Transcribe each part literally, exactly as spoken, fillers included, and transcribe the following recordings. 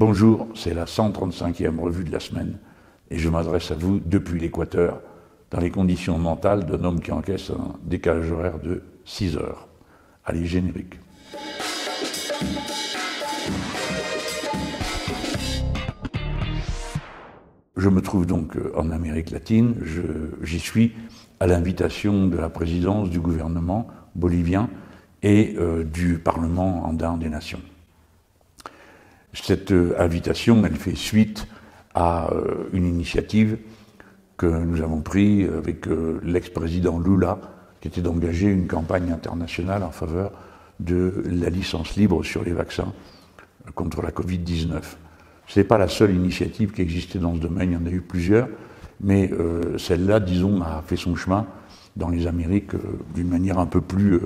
Bonjour, c'est la cent trente-cinquième revue de la semaine et je m'adresse à vous depuis l'Équateur, dans les conditions mentales d'un homme qui encaisse un décalage horaire de six heures. Allez, générique. Je me trouve donc en Amérique latine, j'y suis à l'invitation de la présidence du gouvernement bolivien et euh, du Parlement andin des Nations. Cette euh, invitation, elle fait suite à euh, une initiative que nous avons prise avec euh, l'ex-président Lula, qui était d'engager une campagne internationale en faveur de la licence libre sur les vaccins contre la Covid dix-neuf. Ce n'est pas la seule initiative qui existait dans ce domaine, il y en a eu plusieurs, mais euh, celle-là, disons, a fait son chemin dans les Amériques euh, d'une manière un peu plus, euh,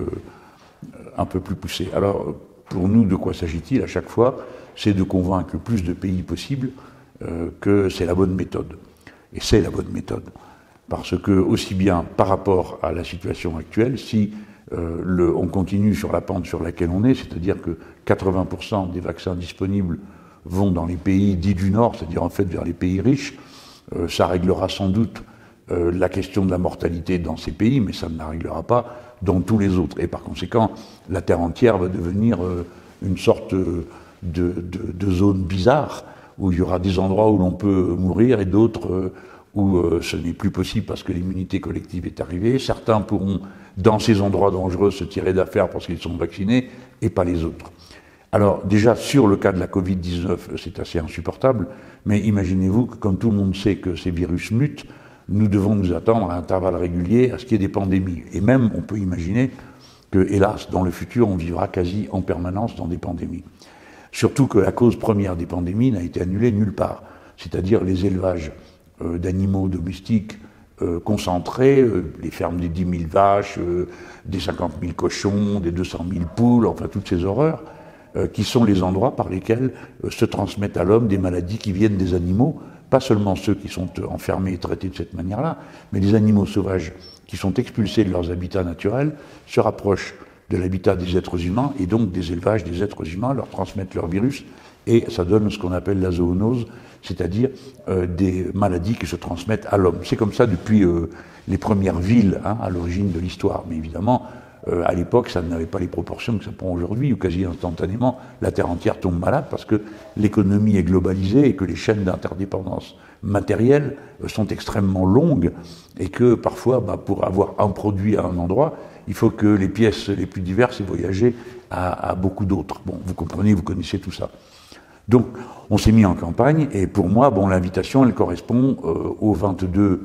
un peu plus poussée. Alors, pour nous, de quoi s'agit-il à chaque fois? C'est de convaincre le plus de pays possible euh, que c'est la bonne méthode. Et c'est la bonne méthode. Parce que, aussi bien par rapport à la situation actuelle, si euh, le, on continue sur la pente sur laquelle on est, c'est-à-dire que quatre-vingts pour cent des vaccins disponibles vont dans les pays dits du Nord, c'est-à-dire en fait vers les pays riches, euh, ça réglera sans doute euh, la question de la mortalité dans ces pays, mais ça ne la réglera pas dans tous les autres. Et par conséquent, la Terre entière va devenir euh, une sorte de, de, de zone bizarre, où il y aura des endroits où l'on peut mourir et d'autres euh, où euh, ce n'est plus possible parce que l'immunité collective est arrivée. Certains pourront, dans ces endroits dangereux, se tirer d'affaire parce qu'ils sont vaccinés, et pas les autres. Alors déjà, sur le cas de la Covid dix-neuf, c'est assez insupportable, mais imaginez-vous que comme tout le monde sait que ces virus mutent, nous devons nous attendre à intervalles réguliers à ce qu'il y ait des pandémies. Et même, on peut imaginer que, hélas, dans le futur, on vivra quasi en permanence dans des pandémies. Surtout que la cause première des pandémies n'a été annulée nulle part, c'est-à-dire les élevages euh, d'animaux domestiques euh, concentrés, euh, les fermes des dix mille vaches, euh, des cinquante mille cochons, des deux cent mille poules, enfin toutes ces horreurs, Euh, qui sont les endroits par lesquels euh, se transmettent à l'homme des maladies qui viennent des animaux, pas seulement ceux qui sont euh, enfermés et traités de cette manière-là, mais les animaux sauvages qui sont expulsés de leurs habitats naturels se rapprochent de l'habitat des êtres humains et donc des élevages des êtres humains, leur transmettent leur virus et ça donne ce qu'on appelle la zoonose, c'est-à-dire euh, des maladies qui se transmettent à l'homme. C'est comme ça depuis euh, les premières villes hein, à l'origine de l'histoire, mais évidemment, Euh, à l'époque, ça n'avait pas les proportions que ça prend aujourd'hui, où quasi instantanément, la Terre entière tombe malade parce que l'économie est globalisée et que les chaînes d'interdépendance matérielle euh, sont extrêmement longues et que parfois, bah, pour avoir un produit à un endroit, il faut que les pièces les plus diverses aient voyagé à, à beaucoup d'autres. Bon, vous comprenez, vous connaissez tout ça. Donc, on s'est mis en campagne et pour moi, bon, l'invitation, elle correspond euh, au vingt-deux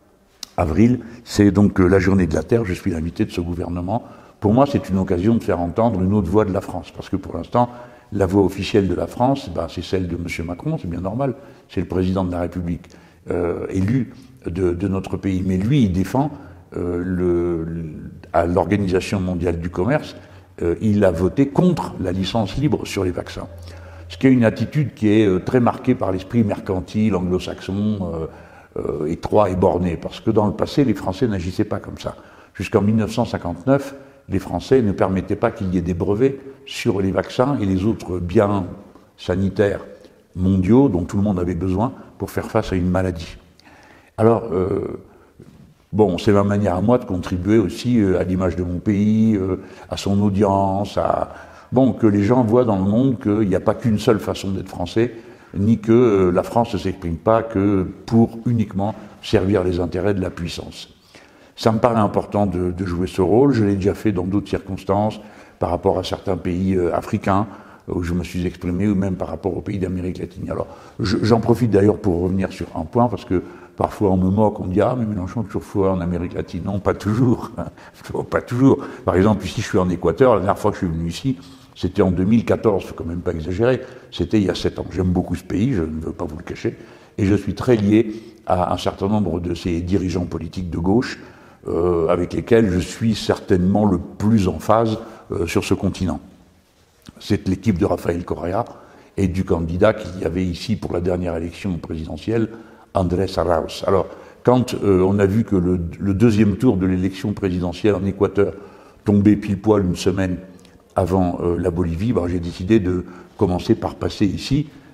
avril, c'est donc la journée de la Terre, je suis l'invité de ce gouvernement. Pour moi, c'est une occasion de faire entendre une autre voix de la France, parce que pour l'instant, la voix officielle de la France, ben, c'est celle de M. Macron, c'est bien normal, c'est le président de la République euh, élu de, de notre pays. Mais lui, il défend, euh, le, le, à l'Organisation mondiale du commerce, euh, il a voté contre la licence libre sur les vaccins. Ce qui est une attitude qui est euh, très marquée par l'esprit mercantile, anglo-saxon, euh, Euh, étroit et borné, parce que dans le passé, les Français n'agissaient pas comme ça. Jusqu'en mille neuf cent cinquante-neuf, les Français ne permettaient pas qu'il y ait des brevets sur les vaccins et les autres biens sanitaires mondiaux dont tout le monde avait besoin pour faire face à une maladie. Alors, euh, bon, c'est ma manière à moi de contribuer aussi euh, à l'image de mon pays, euh, à son audience, à bon, que les gens voient dans le monde qu'il n'y a pas qu'une seule façon d'être français, ni que euh, la France ne s'exprime pas que pour uniquement servir les intérêts de la puissance. Ça me paraît important de, de jouer ce rôle, je l'ai déjà fait dans d'autres circonstances, par rapport à certains pays euh, africains, où je me suis exprimé, ou même par rapport aux pays d'Amérique latine. Alors, je, j'en profite d'ailleurs pour revenir sur un point, parce que parfois on me moque, on me dit « Ah, mais Mélenchon, toujours fois en Amérique latine ». Non, pas toujours, pas toujours. Par exemple, ici, je suis en Équateur, la dernière fois que je suis venu ici, c'était en deux mille quatorze, il ne faut quand même pas exagérer, c'était il y a sept ans. J'aime beaucoup ce pays, je ne veux pas vous le cacher, et je suis très lié à un certain nombre de ces dirigeants politiques de gauche, euh, avec lesquels je suis certainement le plus en phase euh, sur ce continent. C'est l'équipe de Rafael Correa et du candidat qu'il y avait ici pour la dernière élection présidentielle, Andrés Arauz. Alors, quand euh, on a vu que le, le deuxième tour de l'élection présidentielle en Équateur tombait pile poil une semaine avant euh, la Bolivie, ben, j'ai décidé de commencer par passer ici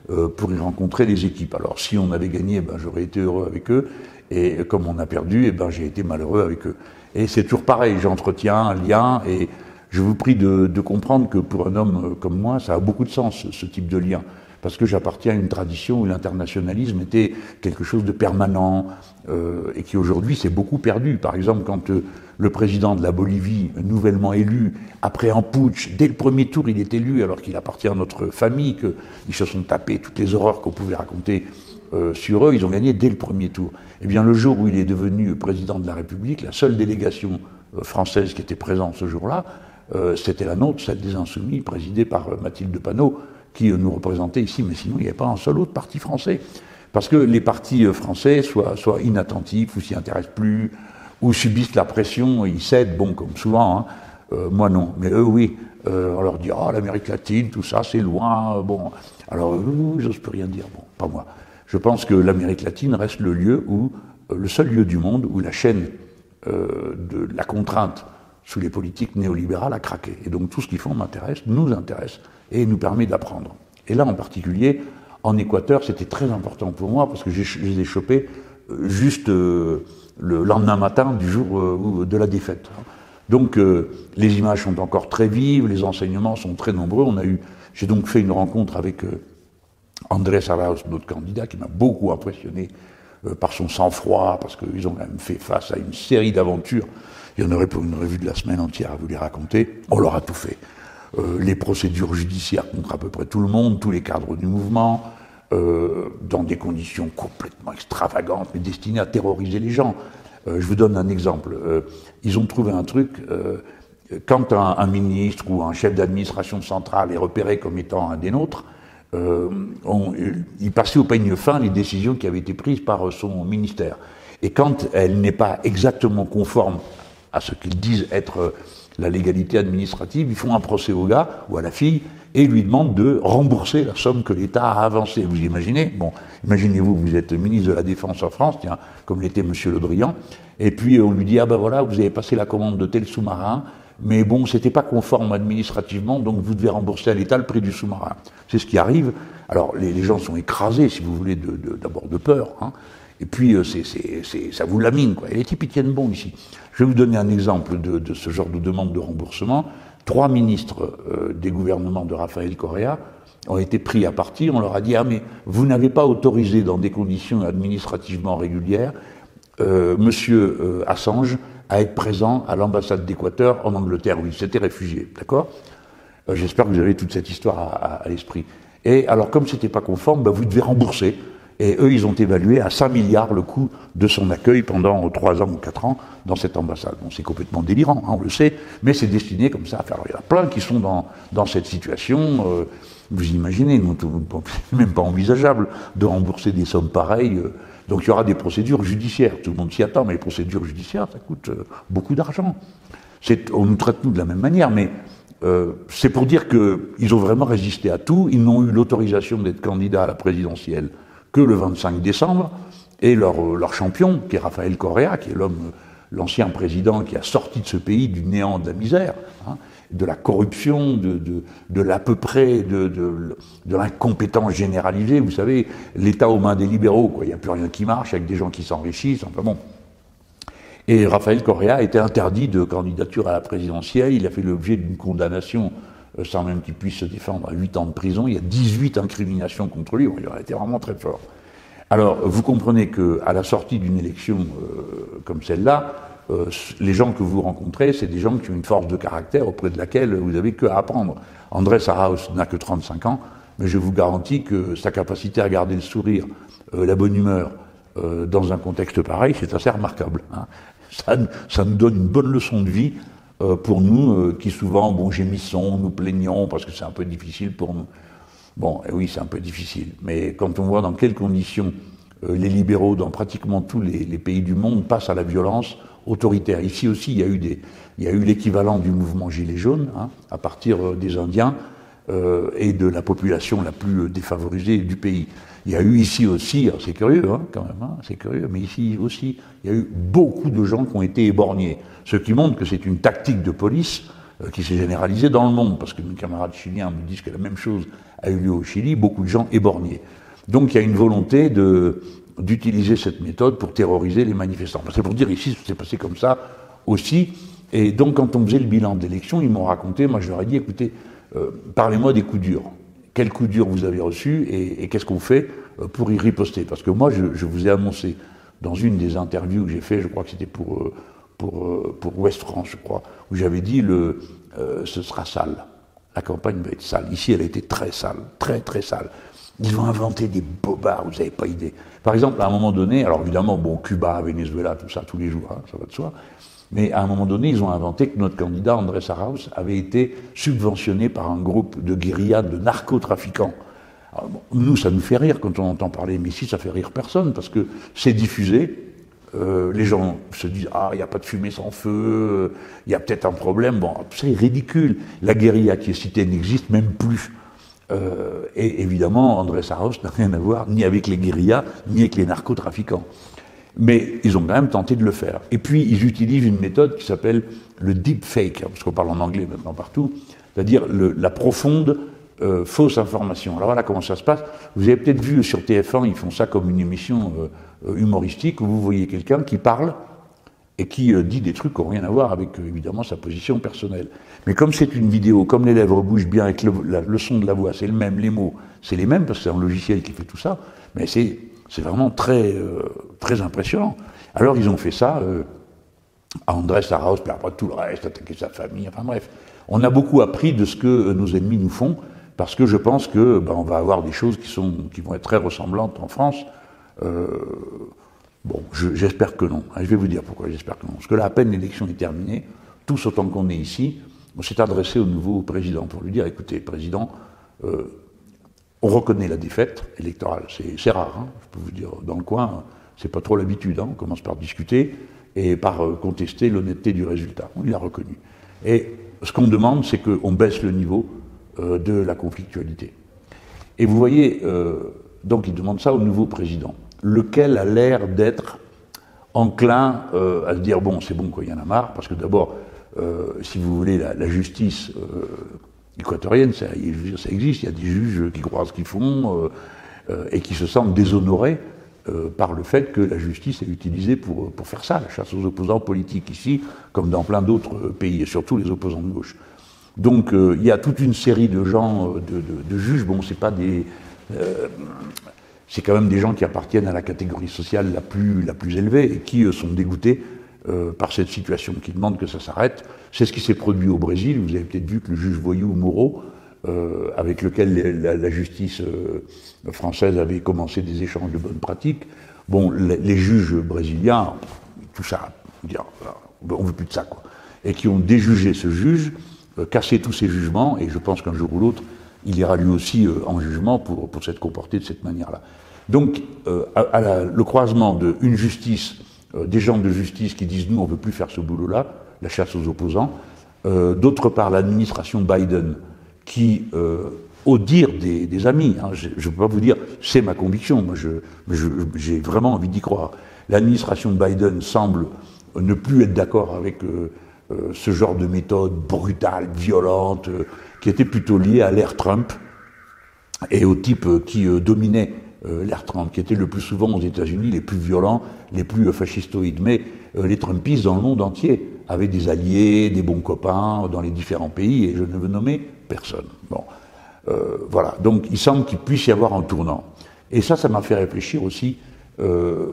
euh, pour y rencontrer les équipes. Alors si on avait gagné, ben, j'aurais été heureux avec eux, et comme on a perdu, eh ben, j'ai été malheureux avec eux. Et c'est toujours pareil, j'entretiens un lien, et je vous prie de, de comprendre que pour un homme comme moi, ça a beaucoup de sens, ce, ce type de lien. Parce que j'appartiens à une tradition où l'internationalisme était quelque chose de permanent, euh, et qui aujourd'hui s'est beaucoup perdu. Par exemple, quand euh, le président de la Bolivie, nouvellement élu, après un putsch, dès le premier tour, il est élu alors qu'il appartient à notre famille, qu'ils se sont tapés toutes les horreurs qu'on pouvait raconter euh, sur eux, ils ont gagné dès le premier tour. Eh bien, le jour où il est devenu président de la République, la seule délégation euh, française qui était présente ce jour-là, euh, c'était la nôtre, celle des Insoumis, présidée par euh, Mathilde Panot, qui nous représentait ici, mais sinon il n'y avait pas un seul autre parti français. Parce que les partis français soient, soient inattentifs, ou s'y intéressent plus, ou subissent la pression, ils cèdent, bon, comme souvent, hein. euh, moi non, mais eux oui. Euh, on leur dit, oh, l'Amérique latine, tout ça, c'est loin, bon. Alors, euh, j'ose plus rien dire, bon, pas moi. Je pense que l'Amérique latine reste le lieu où, euh, le seul lieu du monde où la chaîne euh, de la contrainte sous les politiques néolibérales a craqué. Et donc tout ce qu'ils font m'intéresse, nous intéresse, et nous permet d'apprendre. Et là, en particulier, en Équateur, c'était très important pour moi, parce que je les ai chopés juste euh, le lendemain matin du jour euh, de la défaite. Donc euh, les images sont encore très vives, les enseignements sont très nombreux. On a eu, j'ai donc fait une rencontre avec euh, Andrés Arauz, notre candidat, qui m'a beaucoup impressionné euh, par son sang-froid, parce qu'ils ont quand même fait face à une série d'aventures. Il y en aurait pour une revue de la semaine entière à vous les raconter. On leur a tout fait. Euh, les procédures judiciaires contre à peu près tout le monde, tous les cadres du mouvement, euh, dans des conditions complètement extravagantes, mais destinées à terroriser les gens. Euh, je vous donne un exemple. Euh, ils ont trouvé un truc, euh, quand un, un ministre ou un chef d'administration centrale est repéré comme étant un des nôtres, euh, on, il passait au peigne fin les décisions qui avaient été prises par son ministère. Et quand elle n'est pas exactement conforme à ce qu'ils disent être la légalité administrative, ils font un procès au gars ou à la fille et lui demandent de rembourser la somme que l'État a avancée. Vous imaginez? Bon, imaginez-vous, vous êtes ministre de la Défense en France, tiens, comme l'était M. Le Drian, et puis on lui dit, ah ben voilà, vous avez passé la commande de tel sous-marin, mais bon, c'était pas conforme administrativement, donc vous devez rembourser à l'État le prix du sous-marin. C'est ce qui arrive. Alors, les, les gens sont écrasés, si vous voulez, de, de, d'abord de peur, hein. Et puis, euh, c'est, c'est, c'est, ça vous lamine, quoi. Et les types, ils tiennent bon ici. Je vais vous donner un exemple de, de ce genre de demande de remboursement. Trois ministres euh, des gouvernements de Rafael Correa ont été pris à partie. On leur a dit, ah, mais vous n'avez pas autorisé dans des conditions administrativement régulières euh, Monsieur euh, Assange à être présent à l'ambassade d'Équateur en Angleterre, où il s'était réfugié. D'accord? euh, J'espère que vous avez toute cette histoire à, à, à l'esprit. Et alors, comme c'était pas conforme, ben, vous devez rembourser. Et eux, ils ont évalué à cinq milliards le coût de son accueil pendant trois ans ou quatre ans dans cette ambassade. Bon, c'est complètement délirant, hein, on le sait, mais c'est destiné comme ça à faire. Il y en a plein qui sont dans, dans cette situation. Euh, vous imaginez, c'est même pas envisageable de rembourser des sommes pareilles. Euh, donc il y aura des procédures judiciaires. Tout le monde s'y attend, mais les procédures judiciaires, ça coûte euh, beaucoup d'argent. C'est, on nous traite nous de la même manière, mais euh, c'est pour dire qu'ils ont vraiment résisté à tout. Ils n'ont eu l'autorisation d'être candidats à la présidentielle que le vingt-cinq décembre, et leur, leur champion, qui est Rafael Correa, qui est l'homme, l'ancien président qui a sorti de ce pays du néant, de la misère, hein, de la corruption, de, de, de l'à peu près, de, de, de l'incompétence généralisée. Vous savez, l'État aux mains des libéraux, quoi. Il n'y a plus rien qui marche, avec des gens qui s'enrichissent, enfin bon. Et Rafael Correa a été interdit de candidature à la présidentielle. Il a fait l'objet d'une condamnation sans même qu'il puisse se défendre, à huit ans de prison. Il y a dix-huit incriminations contre lui. Il aurait été vraiment très fort. Alors, vous comprenez qu'à la sortie d'une élection euh, comme celle-là, euh, les gens que vous rencontrez, c'est des gens qui ont une force de caractère auprès de laquelle vous n'avez que à apprendre. Andrés Arauz n'a que trente-cinq ans, mais je vous garantis que sa capacité à garder le sourire, euh, la bonne humeur, euh, dans un contexte pareil, c'est assez remarquable, hein. Ça, ça nous donne une bonne leçon de vie, Euh, pour nous, euh, qui souvent, bon, gémissons, nous plaignons, parce que c'est un peu difficile pour nous. Bon, eh oui, c'est un peu difficile, mais quand on voit dans quelles conditions euh, les libéraux, dans pratiquement tous les, les pays du monde, passent à la violence autoritaire. Ici aussi, il y a eu des, il y a eu l'équivalent du mouvement Gilets jaunes, hein, à partir euh, des Indiens euh, et de la population la plus défavorisée du pays. Il y a eu ici aussi, c'est curieux, hein, quand même, hein, c'est curieux, mais ici aussi, il y a eu beaucoup de gens qui ont été éborgnés. Ce qui montre que c'est une tactique de police euh, qui s'est généralisée dans le monde, parce que mes camarades chiliens me disent que la même chose a eu lieu au Chili, beaucoup de gens éborgnés. Donc il y a une volonté de, d'utiliser cette méthode pour terroriser les manifestants. C'est pour dire ici, c'est passé comme ça aussi. Et donc quand on faisait le bilan de l'élection, ils m'ont raconté, moi je leur ai dit, écoutez, euh, parlez-moi des coups durs. Quels coups durs vous avez reçus et, et qu'est-ce qu'on fait pour y riposter? Parce que moi, je, je vous ai annoncé dans une des interviews que j'ai fait, je crois que c'était pour, pour, pour Ouest France, je crois, où j'avais dit, le, euh, ce sera sale. La campagne va être sale. Ici, elle a été très sale, très très sale. Ils ont inventé des bobards, vous n'avez pas idée. Par exemple, à un moment donné, alors évidemment, bon, Cuba, Venezuela, tout ça, tous les jours, hein, ça va de soi, mais à un moment donné, ils ont inventé que notre candidat, Andrés Arauz, avait été subventionné par un groupe de guérilla de narcotrafiquants. Alors, bon, nous, ça nous fait rire quand on entend parler, mais ici, ça fait rire personne, parce que c'est diffusé, euh, les gens se disent « Ah, il n'y a pas de fumée sans feu, il y a peut-être un problème ». Bon, c'est ridicule. La guérilla qui est citée n'existe même plus. Euh, et évidemment, Andrés Arauz n'a rien à voir ni avec les guérillas, ni avec les narcotrafiquants. Mais ils ont quand même tenté de le faire. Et puis, ils utilisent une méthode qui s'appelle le deepfake, parce qu'on parle en anglais maintenant partout, c'est-à-dire le, la profonde euh, fausse information. Alors voilà comment ça se passe. Vous avez peut-être vu sur T F un, ils font ça comme une émission euh, humoristique, où vous voyez quelqu'un qui parle et qui euh, dit des trucs qui n'ont rien à voir avec, euh, évidemment, sa position personnelle. Mais comme c'est une vidéo, comme les lèvres bougent bien, avec le, la, le son de la voix, c'est le même, les mots, c'est les mêmes, parce que c'est un logiciel qui fait tout ça, mais c'est... C'est vraiment très, euh, très impressionnant. Alors ils ont fait ça euh, à Andrés Arauz, puis après tout le reste, attaquer sa famille, enfin bref. On a beaucoup appris de ce que euh, nos ennemis nous font, parce que je pense que ben, on va avoir des choses qui, sont, qui vont être très ressemblantes en France. Euh, bon, je, j'espère que non. Je vais vous dire pourquoi j'espère que non. Parce que là, à peine l'élection est terminée, tous autant qu'on est ici, on s'est adressé au nouveau président pour lui dire, écoutez, président, euh, on reconnaît la défaite électorale, c'est rare, hein, je peux vous dire, dans le coin, c'est pas trop l'habitude, hein, on commence par discuter et par euh, contester l'honnêteté du résultat, on l'a reconnu. Et ce qu'on demande, c'est qu'on baisse le niveau euh, de la conflictualité. Et vous voyez, euh, donc il demande ça au nouveau président, lequel a l'air d'être enclin euh, à se dire, bon, c'est bon, quoi, il y en a marre, parce que d'abord, euh, si vous voulez, la, la justice... Euh, équatorienne, ça, ça existe, il y a des juges qui croient ce qu'ils font euh, euh, et qui se sentent déshonorés euh, par le fait que la justice est utilisée pour, pour faire ça, la chasse aux opposants politiques ici, comme dans plein d'autres pays, et surtout les opposants de gauche. Donc euh, il y a toute une série de gens, de, de, de juges, bon, c'est pas des... Euh, c'est quand même des gens qui appartiennent à la catégorie sociale la plus, la plus élevée et qui euh, sont dégoûtés Euh, par cette situation, qui demande que ça s'arrête. C'est ce qui s'est produit au Brésil. Vous avez peut-être vu que le juge voyou Moro, euh, avec lequel les, la, la justice euh, française avait commencé des échanges de bonnes pratiques, bon, les, les juges brésiliens, tout ça, dire, on veut plus de ça, quoi. Et qui ont déjugé ce juge, euh, cassé tous ses jugements, et je pense qu'un jour ou l'autre, il ira lui aussi euh, en jugement pour, pour s'être comporté de cette manière-là. Donc, euh, à, à la, le croisement d'une justice, des gens de justice qui disent « nous, on ne veut plus faire ce boulot-là », la chasse aux opposants. Euh, D'autre part, l'administration Biden, qui, euh, au dire des, des amis, hein, je ne peux pas vous dire « c'est ma conviction », moi j'ai vraiment envie d'y croire. L'administration Biden semble ne plus être d'accord avec euh, euh, ce genre de méthode brutale, violente, euh, qui était plutôt liée à l'ère Trump et au type euh, qui euh, dominait Euh, l'ère Trump, qui était le plus souvent aux États-Unis les plus violents, les plus euh, fascistoïdes. Mais euh, les Trumpistes dans le monde entier avaient des alliés, des bons copains dans les différents pays, et je ne veux nommer personne. Bon, euh, voilà. Donc il semble qu'il puisse y avoir un tournant. Et ça, ça m'a fait réfléchir aussi euh,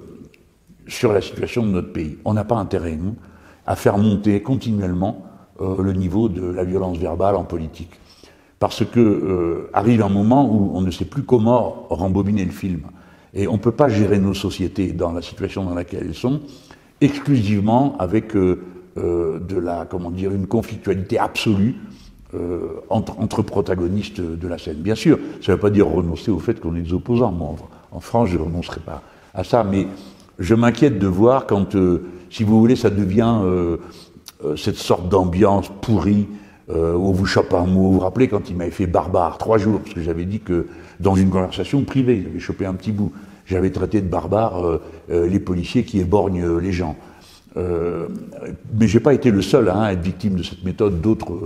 sur la situation de notre pays. On n'a pas intérêt, nous, à faire monter continuellement euh, le niveau de la violence verbale en politique. Parce que euh, arrive un moment où on ne sait plus comment rembobiner le film. Et on ne peut pas gérer nos sociétés dans la situation dans laquelle elles sont, exclusivement avec euh, euh, de la, comment dire, une conflictualité absolue euh, entre, entre protagonistes de la scène. Bien sûr, ça ne veut pas dire renoncer au fait qu'on est des opposants. Moi, en, en France, je ne renoncerai pas à ça, mais je m'inquiète de voir quand, euh, si vous voulez, ça devient euh, euh, cette sorte d'ambiance pourrie, Euh, où on vous chope un mot. Vous vous rappelez quand il m'avait fait barbare, trois jours, parce que j'avais dit que dans une conversation privée, il avait chopé un petit bout, j'avais traité de barbare euh, euh, les policiers qui éborgnent euh, les gens. Euh, mais j'ai pas été le seul hein, à être victime de cette méthode, d'autres euh,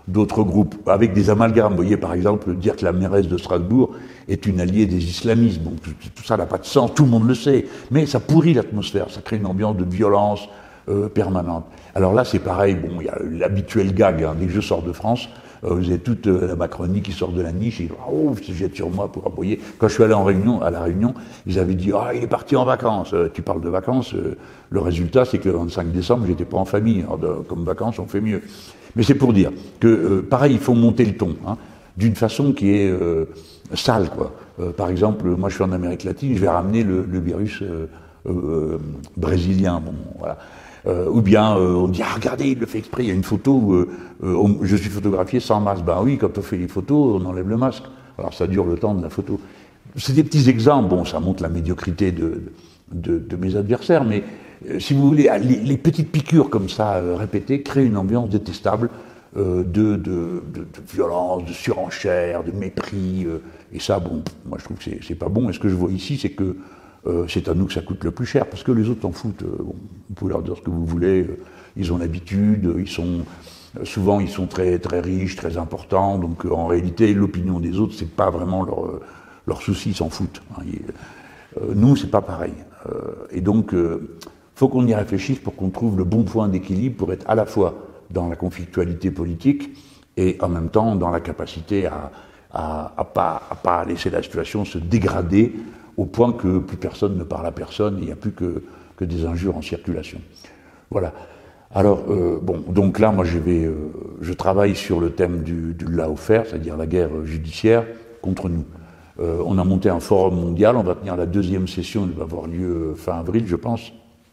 d'autres groupes, avec des amalgames. Vous voyez, par exemple, dire que la mairesse de Strasbourg est une alliée des islamistes. Bon, tout, tout ça n'a pas de sens, tout le monde le sait. Mais ça pourrit l'atmosphère, ça crée une ambiance de violence euh, permanente. Alors là, c'est pareil, bon, il y a l'habituel gag, hein, dès que je sors de France, euh, vous avez toute euh, la Macronie qui sort de la niche, et oh, se jette sur moi pour appuyer. Quand je suis allé en réunion, à la Réunion, ils avaient dit, ah, il est parti en vacances. Euh, tu parles de vacances, euh, le résultat, c'est que le vingt-cinq décembre, j'étais pas en famille. Alors, de, comme vacances, on fait mieux. Mais c'est pour dire que, euh, pareil, il faut monter le ton, hein, d'une façon qui est euh, sale, quoi. Euh, par exemple, moi je suis en Amérique latine, je vais ramener le, le virus euh, euh, brésilien, bon, voilà. Euh, ou bien euh, on dit, ah regardez, il le fait exprès, il y a une photo où euh, euh, je suis photographié sans masque. Ben oui, quand on fait les photos, on enlève le masque. Alors ça dure le temps de la photo. C'est des petits exemples, bon, ça montre la médiocrité de, de, de mes adversaires, mais euh, si vous voulez, les, les petites piqûres comme ça, euh, répétées, créent une ambiance détestable euh, de, de, de, de violence, de surenchère, de mépris, euh, et ça, bon, moi je trouve que c'est pas bon. Et ce que je vois ici, c'est que Euh, c'est à nous que ça coûte le plus cher, parce que les autres s'en foutent. Euh, bon, vous pouvez leur dire ce que vous voulez, euh, ils ont l'habitude, ils sont, euh, souvent ils sont très, très riches, très importants, donc euh, en réalité, l'opinion des autres, c'est pas vraiment leur, euh, leur souci, ils s'en foutent. Hein. Euh, nous, c'est pas pareil. Euh, et donc, il euh, faut qu'on y réfléchisse pour qu'on trouve le bon point d'équilibre pour être à la fois dans la conflictualité politique et en même temps dans la capacité à, à, à pas, à pas laisser la situation se dégrader au point que plus personne ne parle à personne, il n'y a plus que, que des injures en circulation. Voilà. Alors, euh, bon, donc là, moi, je, vais, euh, je travaille sur le thème du, du lawfare, c'est-à-dire la guerre judiciaire contre nous. Euh, on a monté un forum mondial, on va tenir la deuxième session, elle va avoir lieu fin avril, je pense.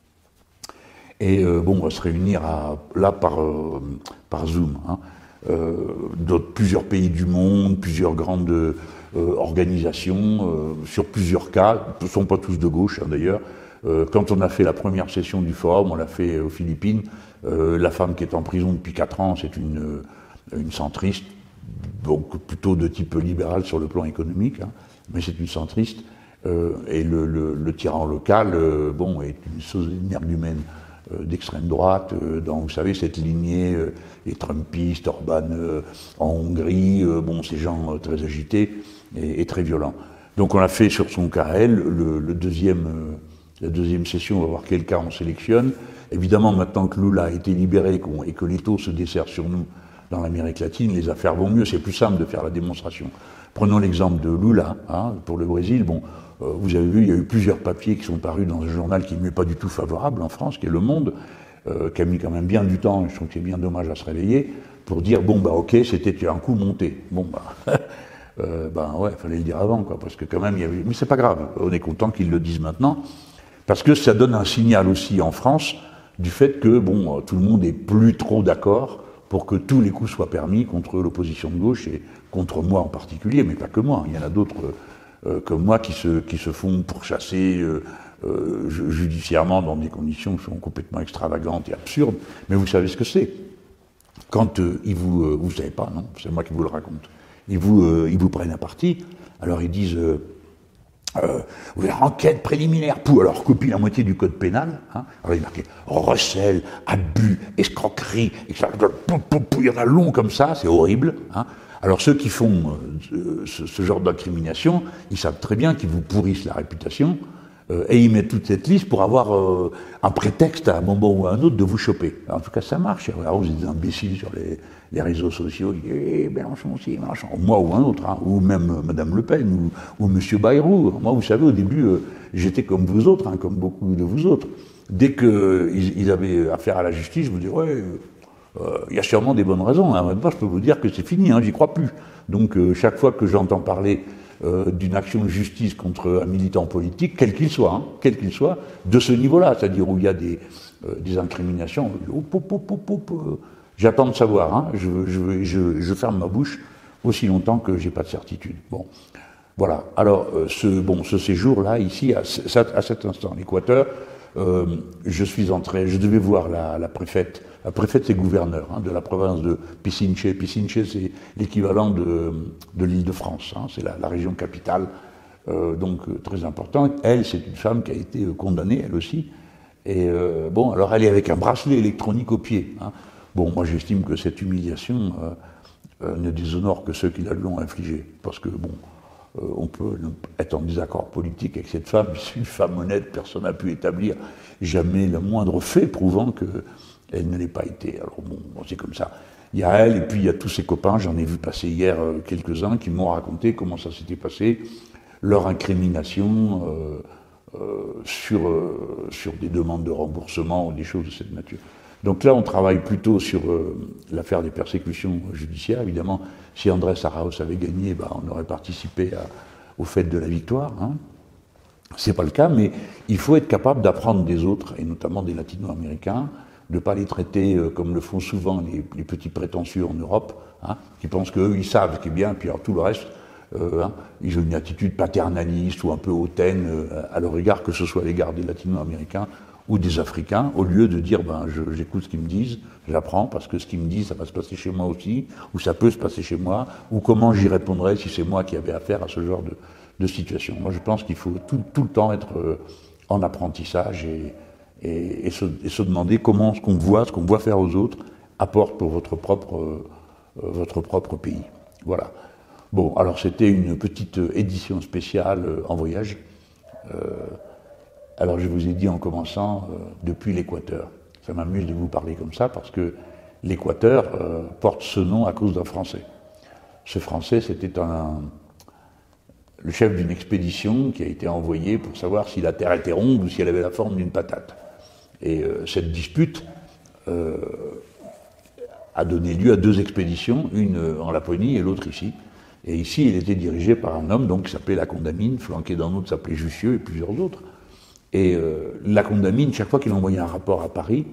Et euh, bon, on va se réunir à, là par, euh, par Zoom. Hein. Euh, d'autres, plusieurs pays du monde, plusieurs grandes euh, organisations, euh, sur plusieurs cas, ne sont pas tous de gauche hein, d'ailleurs. Euh, quand on a fait la première session du forum, on l'a fait aux Philippines, euh, la femme qui est en prison depuis quatre ans, c'est une, une centriste, donc plutôt de type libéral sur le plan économique, hein, mais c'est une centriste, euh, et le, le, le tyran local, euh, bon, est une, une énergumène d'extrême droite, euh, dans, vous savez, cette lignée, euh, les Trumpistes, Orban euh, en Hongrie, euh, bon, ces gens euh, très agités et, et très violents. Donc on a fait sur son cas à elle, le, le deuxième, euh, la deuxième session, on va voir quel cas on sélectionne. Évidemment, maintenant que Lula a été libéré qu et que l'étau se dessert sur nous dans l'Amérique latine, les affaires vont mieux, c'est plus simple de faire la démonstration. Prenons l'exemple de Lula, hein, pour le Brésil, bon, euh, vous avez vu, il y a eu plusieurs papiers qui sont parus dans un journal qui ne m'est pas du tout favorable en France, qui est Le Monde, euh, qui a mis quand même bien du temps, et je trouve que c'est bien dommage à se réveiller, pour dire, bon, bah ok, c'était un coup monté. Bon, bah, euh, ben ouais, il fallait le dire avant, quoi, parce que quand même, il y avait... Mais c'est pas grave, on est content qu'ils le disent maintenant, parce que ça donne un signal aussi en France du fait que, bon, tout le monde est plus trop d'accord pour que tous les coups soient permis contre l'opposition de gauche et contre moi en particulier, mais pas que moi, il y en a d'autres euh, comme moi qui se, qui se font pourchasser euh, euh, judiciairement dans des conditions qui sont complètement extravagantes et absurdes, mais vous savez ce que c'est. Quand euh, ils vous... Euh, vous savez pas, non, c'est moi qui vous le raconte. Ils vous, euh, ils vous prennent à partie, alors ils disent... Euh, Euh, vous avez enquête préliminaire pour, alors copie la moitié du code pénal, hein, alors il est marqué recel, abus, escroquerie, et ça, il y en a long comme ça, c'est horrible. Hein. Alors ceux qui font euh, ce, ce genre d'incrimination, ils savent très bien qu'ils vous pourrissent la réputation, euh, et ils mettent toute cette liste pour avoir euh, un prétexte à un moment ou à un autre de vous choper. Alors, en tout cas ça marche, alors vous êtes des imbéciles sur les... les réseaux sociaux, eh, Mélenchon aussi, Mélenchon, moi ou un autre, hein, ou même euh, Madame Le Pen, ou, ou Monsieur Bayrou. Moi, vous savez, au début, euh, j'étais comme vous autres, hein, comme beaucoup de vous autres. Dès qu'ils euh, ils avaient affaire à la justice, je vous dis, ouais, il euh, y a sûrement des bonnes raisons. Hein. Maintenant, je peux vous dire que c'est fini, hein, j'y crois plus. Donc, euh, chaque fois que j'entends parler euh, d'une action de justice contre un militant politique, quel qu'il soit, hein, quel qu'il soit, de ce niveau-là, c'est-à-dire où il y a des, euh, des incriminations, hop, hop, hop, hop, hop, euh, j'attends de savoir, hein. je, je, je, je ferme ma bouche aussi longtemps que j'ai pas de certitude. Bon, voilà. Alors, euh, ce, bon, ce séjour-là, ici, à, à cet instant, l'Équateur, euh, je suis entré, je devais voir la, la préfète. La préfète, c'est gouverneur hein, de la province de Pichinche. Pichinche, c'est l'équivalent de, de l'Île-de-France. Hein, c'est la, la région capitale, euh, donc euh, très importante. Elle, c'est une femme qui a été euh, condamnée, elle aussi. Et euh, bon, alors elle est avec un bracelet électronique au pied. Hein. Bon, moi j'estime que cette humiliation, euh, euh, ne déshonore que ceux qui la lui ont infligé. Parce que, bon, euh, on peut être en désaccord politique avec cette femme, c'est une femme honnête, personne n'a pu établir jamais le moindre fait prouvant qu'elle ne l'ait pas été. Alors bon, bon c'est comme ça. Il y a elle, et puis il y a tous ses copains, j'en ai vu passer hier euh, quelques-uns, qui m'ont raconté comment ça s'était passé, leur incrimination euh, euh, sur, euh, sur des demandes de remboursement ou des choses de cette nature. Donc là, on travaille plutôt sur euh, l'affaire des persécutions judiciaires. Évidemment, si Andrés Arauz avait gagné, bah, on aurait participé à, au fait de la victoire. Hein. C'est pas le cas, mais il faut être capable d'apprendre des autres, et notamment des latino-américains, de ne pas les traiter euh, comme le font souvent les, les petits prétentieux en Europe, hein, qui pensent qu'eux, ils savent ce qui est bien, puis alors tout le reste, euh, hein, ils ont une attitude paternaliste ou un peu hautaine euh, à leur égard, que ce soit à l'égard des latino-américains ou des Africains, au lieu de dire ben, je, j'écoute ce qu'ils me disent, j'apprends parce que ce qu'ils me disent, ça va se passer chez moi aussi, ou ça peut se passer chez moi, ou comment j'y répondrais si c'est moi qui avais affaire à ce genre de, de situation. Moi, je pense qu'il faut tout, tout le temps être euh, en apprentissage et, et, et, se, et se demander comment ce qu'on voit, ce qu'on voit faire aux autres, apporte pour votre propre, euh, votre propre pays. Voilà. Bon, alors c'était une petite édition spéciale euh, en voyage. Euh, Alors je vous ai dit en commençant, euh, depuis l'Équateur. Ça m'amuse de vous parler comme ça parce que l'Équateur euh, porte ce nom à cause d'un Français. Ce Français, c'était un, le chef d'une expédition qui a été envoyé pour savoir si la Terre était ronde ou si elle avait la forme d'une patate. Et euh, cette dispute euh, a donné lieu à deux expéditions, une en Laponie et l'autre ici. Et ici, il était dirigé par un homme donc, qui s'appelait La Condamine, flanqué d'un autre qui s'appelait Jussieu et plusieurs autres. Et euh, La Condamine, chaque fois qu'il envoyait un rapport à Paris,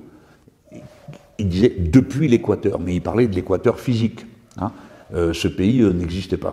il disait « depuis l'Équateur », mais il parlait de l'Équateur physique. Hein. Euh, ce pays euh, n'existait pas.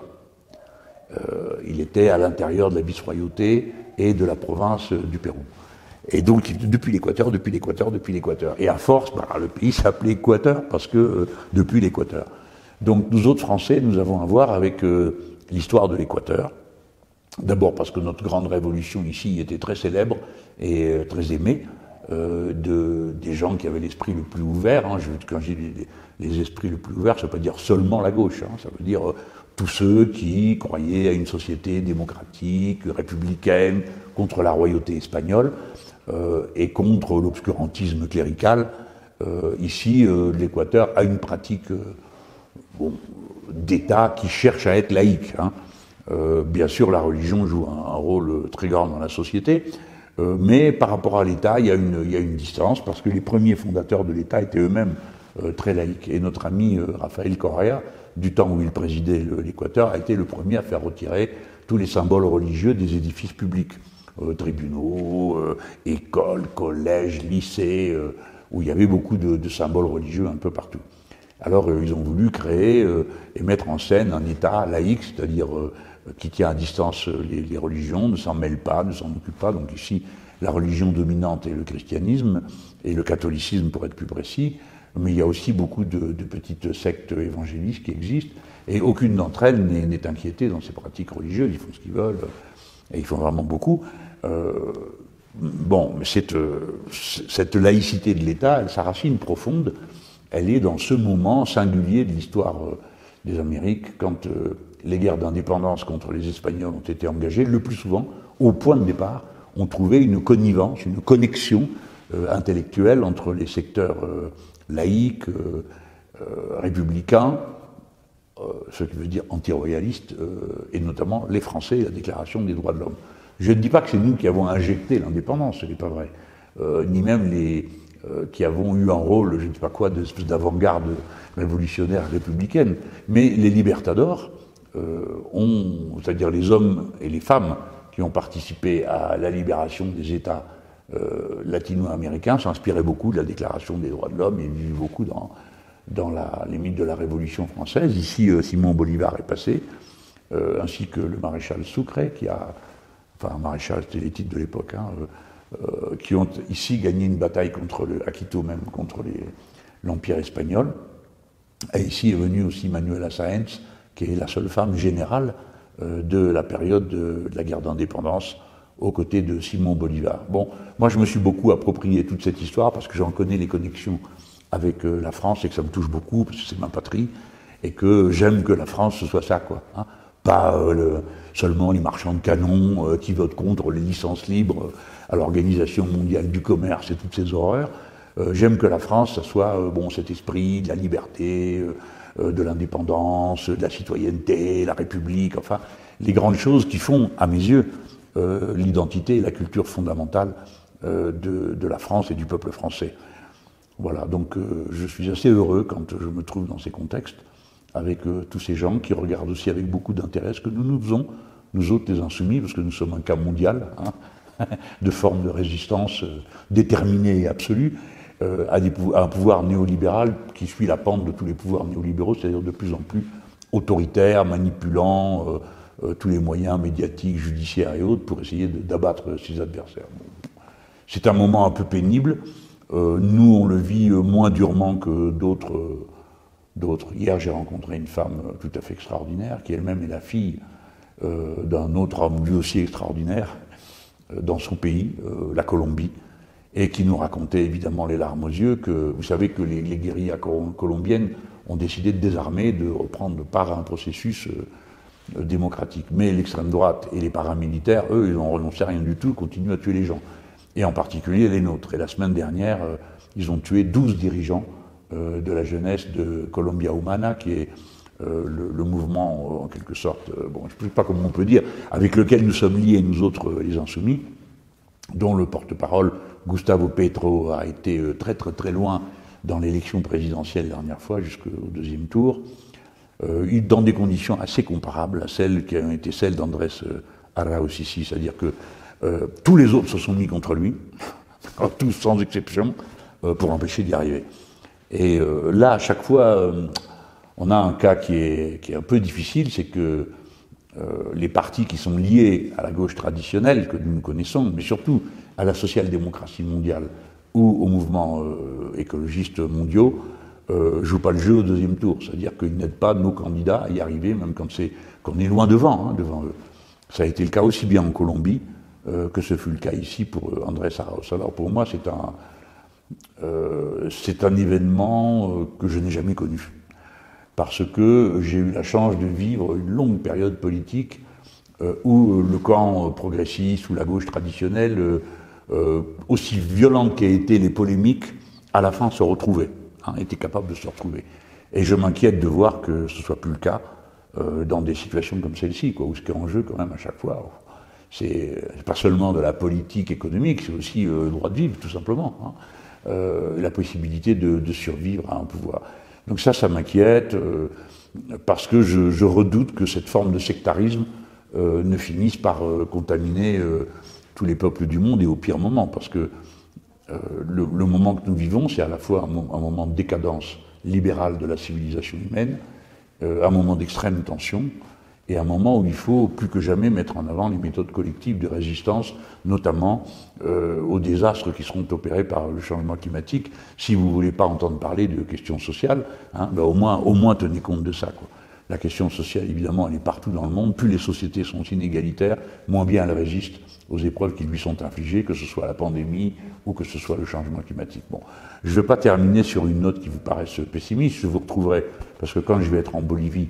Euh, il était à l'intérieur de la vice-royauté et de la province euh, du Pérou. Et donc, depuis l'Équateur, depuis l'Équateur, depuis l'Équateur. Et à force, bah, le pays s'appelait Équateur parce que euh, depuis l'Équateur. Donc, nous autres Français, nous avons à voir avec euh, l'histoire de l'Équateur. D'abord parce que notre grande révolution ici était très célèbre et euh, très aimée euh, de, des gens qui avaient l'esprit le plus ouvert. Hein. Je, quand je dis les, les esprits le plus ouverts, ça ne veut pas dire seulement la gauche, hein. Ça veut dire euh, tous ceux qui croyaient à une société démocratique, républicaine, contre la royauté espagnole euh, et contre l'obscurantisme clérical. Euh, ici, euh, l'Équateur a une pratique euh, bon, d'État qui cherche à être laïque. Hein. Euh, bien sûr, la religion joue un, un rôle très grand dans la société, euh, mais par rapport à l'État, il y a une, il y a une distance, parce que les premiers fondateurs de l'État étaient eux-mêmes euh, très laïques. Et notre ami euh, Rafael Correa, du temps où il présidait l'Équateur, a été le premier à faire retirer tous les symboles religieux des édifices publics. Euh, tribunaux, euh, écoles, collèges, lycées, euh, où il y avait beaucoup de, de symboles religieux un peu partout. Alors euh, ils ont voulu créer euh, et mettre en scène un État laïque, c'est-à-dire euh, qui tient à distance les, les religions, ne s'en mêle pas, ne s'en occupe pas. Donc ici, la religion dominante est le christianisme, et le catholicisme pour être plus précis, mais il y a aussi beaucoup de, de petites sectes évangélistes qui existent, et aucune d'entre elles n'est inquiétée dans ces pratiques religieuses, ils font ce qu'ils veulent, et ils font vraiment beaucoup. Euh, bon, mais cette, cette laïcité de l'État, sa racine profonde, elle est dans ce moment singulier de l'histoire des Amériques, quand euh, les guerres d'indépendance contre les Espagnols ont été engagées, le plus souvent, au point de départ, on trouvait une connivence, une connexion euh, intellectuelle entre les secteurs euh, laïques, euh, euh, républicains, euh, ce qui veut dire anti-royalistes, euh, et notamment les Français et la Déclaration des droits de l'homme. Je ne dis pas que c'est nous qui avons injecté l'indépendance, ce n'est pas vrai, euh, ni même les... Euh, qui avons eu un rôle, je ne sais pas quoi, d'avant-garde révolutionnaire républicaine. Mais les libertadores euh, ont, c'est-à-dire les hommes et les femmes qui ont participé à la libération des États euh, latino-américains, s'inspiraient beaucoup de la Déclaration des droits de l'homme et vivent beaucoup dans, dans la, les mythes de la Révolution française. Ici, euh, Simon Bolivar est passé, euh, ainsi que le maréchal Sucre, qui a, enfin, maréchal, c'était les titres de l'époque, hein, euh, Euh, qui ont ici gagné une bataille contre le, à Quito même, contre l'Empire espagnol. Et ici est venue aussi Manuela Sáenz, qui est la seule femme générale euh, de la période de, de la guerre d'indépendance, aux côtés de Simon Bolivar. Bon, moi je me suis beaucoup approprié toute cette histoire, parce que j'en connais les connexions avec euh, la France, et que ça me touche beaucoup, parce que c'est ma patrie. et que j'aime que la France ce soit ça, quoi. Hein. Pas euh, le, seulement les marchands de canons euh, qui votent contre les licences libres euh, à l'Organisation mondiale du commerce et toutes ces horreurs. Euh, j'aime que la France, ça soit euh, bon, cet esprit de la liberté, euh, de l'indépendance, de la citoyenneté, la République, enfin, les grandes choses qui font, à mes yeux, euh, l'identité et la culture fondamentale euh, de, de la France et du peuple français. Voilà, donc euh, je suis assez heureux quand je me trouve dans ces contextes, avec euh, tous ces gens qui regardent aussi avec beaucoup d'intérêt ce que nous nous faisons, nous autres les insoumis, parce que nous sommes un cas mondial, hein, de forme de résistance euh, déterminée et absolue, euh, à, des, à un pouvoir néolibéral qui suit la pente de tous les pouvoirs néolibéraux, c'est-à-dire de plus en plus autoritaire, manipulant euh, euh, tous les moyens médiatiques, judiciaires et autres pour essayer d'abattre ses adversaires. Bon. C'est un moment un peu pénible. Euh, nous, on le vit moins durement que d'autres. Euh, d'autres. Hier, j'ai rencontré une femme tout à fait extraordinaire, qui elle-même est la fille euh, d'un autre homme, lui aussi extraordinaire, euh, dans son pays, euh, la Colombie, et qui nous racontait évidemment les larmes aux yeux que, vous savez que les, les guérillas colombiennes ont décidé de désarmer, de reprendre part à un processus euh, démocratique. Mais l'extrême droite et les paramilitaires, eux, ils n'ont renoncé à rien du tout, continuent à tuer les gens. Et en particulier les nôtres. Et la semaine dernière, euh, ils ont tué douze dirigeants euh, de la jeunesse de Colombia Humana, qui est euh, le, le mouvement, euh, en quelque sorte, euh, bon, je ne sais pas comment on peut dire, avec lequel nous sommes liés, nous autres, euh, les insoumis, dont le porte-parole, Gustavo Petro, a été euh, très très très loin dans l'élection présidentielle la dernière fois, jusqu'au deuxième tour, euh, dans des conditions assez comparables à celles qui ont été celles d'Andrés euh, Arauz ici, c'est-à-dire que Euh, tous les autres se sont mis contre lui, tous sans exception, euh, pour empêcher d'y arriver. Et euh, là, à chaque fois, euh, on a un cas qui est, qui est un peu difficile, c'est que euh, les partis qui sont liés à la gauche traditionnelle, que nous connaissons, mais surtout à la social-démocratie mondiale ou aux mouvements euh, écologistes mondiaux, euh, jouent pas le jeu au deuxième tour. C'est-à-dire qu'ils n'aident pas nos candidats à y arriver, même quand c'est qu'on est loin devant, hein, devant eux. Ça a été le cas aussi bien en Colombie, Euh, que ce fut le cas ici pour euh, Andrés Arauz. Alors pour moi, c'est un, euh, c'est un événement euh, que je n'ai jamais connu. Parce que j'ai eu la chance de vivre une longue période politique euh, où le camp progressiste ou la gauche traditionnelle, euh, euh, aussi violente qu'aient été les polémiques, à la fin se retrouvait, hein, était capable de se retrouver. Et je m'inquiète de voir que ce ne soit plus le cas euh, dans des situations comme celle-ci, quoi, où ce qui est en jeu quand même à chaque fois, c'est pas seulement de la politique économique, c'est aussi euh, le droit de vivre, tout simplement. Hein. Euh, la possibilité de, de survivre à un pouvoir. Donc ça, ça m'inquiète, euh, parce que je, je redoute que cette forme de sectarisme euh, ne finisse par euh, contaminer euh, tous les peuples du monde, et au pire moment, parce que euh, le, le moment que nous vivons, c'est à la fois un, un moment de décadence libérale de la civilisation humaine, euh, un moment d'extrême tension, et un moment où il faut plus que jamais mettre en avant les méthodes collectives de résistance, notamment euh, aux désastres qui seront opérés par le changement climatique. Si vous ne voulez pas entendre parler de questions sociales, hein, ben au moins, au moins tenez compte de ça, quoi. La question sociale, évidemment, elle est partout dans le monde. Plus les sociétés sont inégalitaires, moins bien elles résistent aux épreuves qui lui sont infligées, que ce soit la pandémie ou que ce soit le changement climatique. Bon, je ne vais pas terminer sur une note qui vous paraisse pessimiste. Je vous retrouverai, parce que quand je vais être en Bolivie,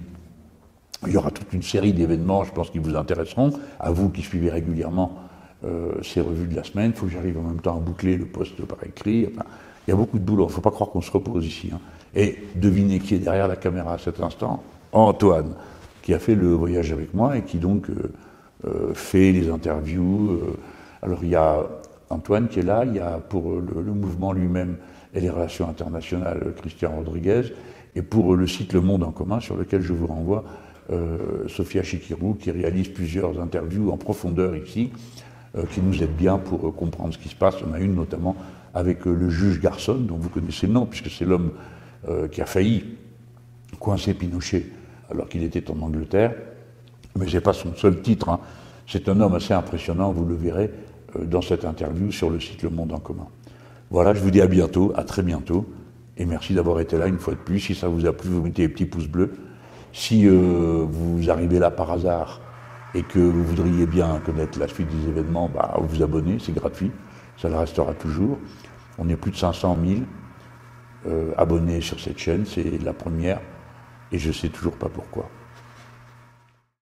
il y aura toute une série d'événements, je pense, qui vous intéresseront, à vous qui suivez régulièrement euh, ces revues de la semaine. Il faut que j'arrive en même temps à boucler le poste par écrit. Enfin, il y a beaucoup de boulot, il ne faut pas croire qu'on se repose ici. Hein. Et devinez qui est derrière la caméra à cet instant? Antoine, qui a fait le voyage avec moi et qui donc euh, euh, fait les interviews. Euh. Alors il y a Antoine qui est là, il y a pour le, le mouvement lui-même et les relations internationales Christian Rodriguez, et pour le site Le Monde en commun, sur lequel je vous renvoie, Euh, Sophia Chikirou, qui réalise plusieurs interviews en profondeur ici, euh, qui nous aide bien pour euh, comprendre ce qui se passe. On a une notamment avec euh, le juge Garçon, dont vous connaissez le nom, puisque c'est l'homme euh, qui a failli coincer Pinochet alors qu'il était en Angleterre. Mais ce n'est pas son seul titre, hein. C'est un homme assez impressionnant, vous le verrez euh, dans cette interview sur le site Le Monde en commun. Voilà, je vous dis à bientôt, à très bientôt, et merci d'avoir été là une fois de plus. Si ça vous a plu, vous mettez les petits pouces bleus. Si euh, vous arrivez là par hasard et que vous voudriez bien connaître la suite des événements, bah, vous abonnez, c'est gratuit, ça le restera toujours. On est plus de cinq cent mille euh, abonnés sur cette chaîne, c'est la première et je ne sais toujours pas pourquoi.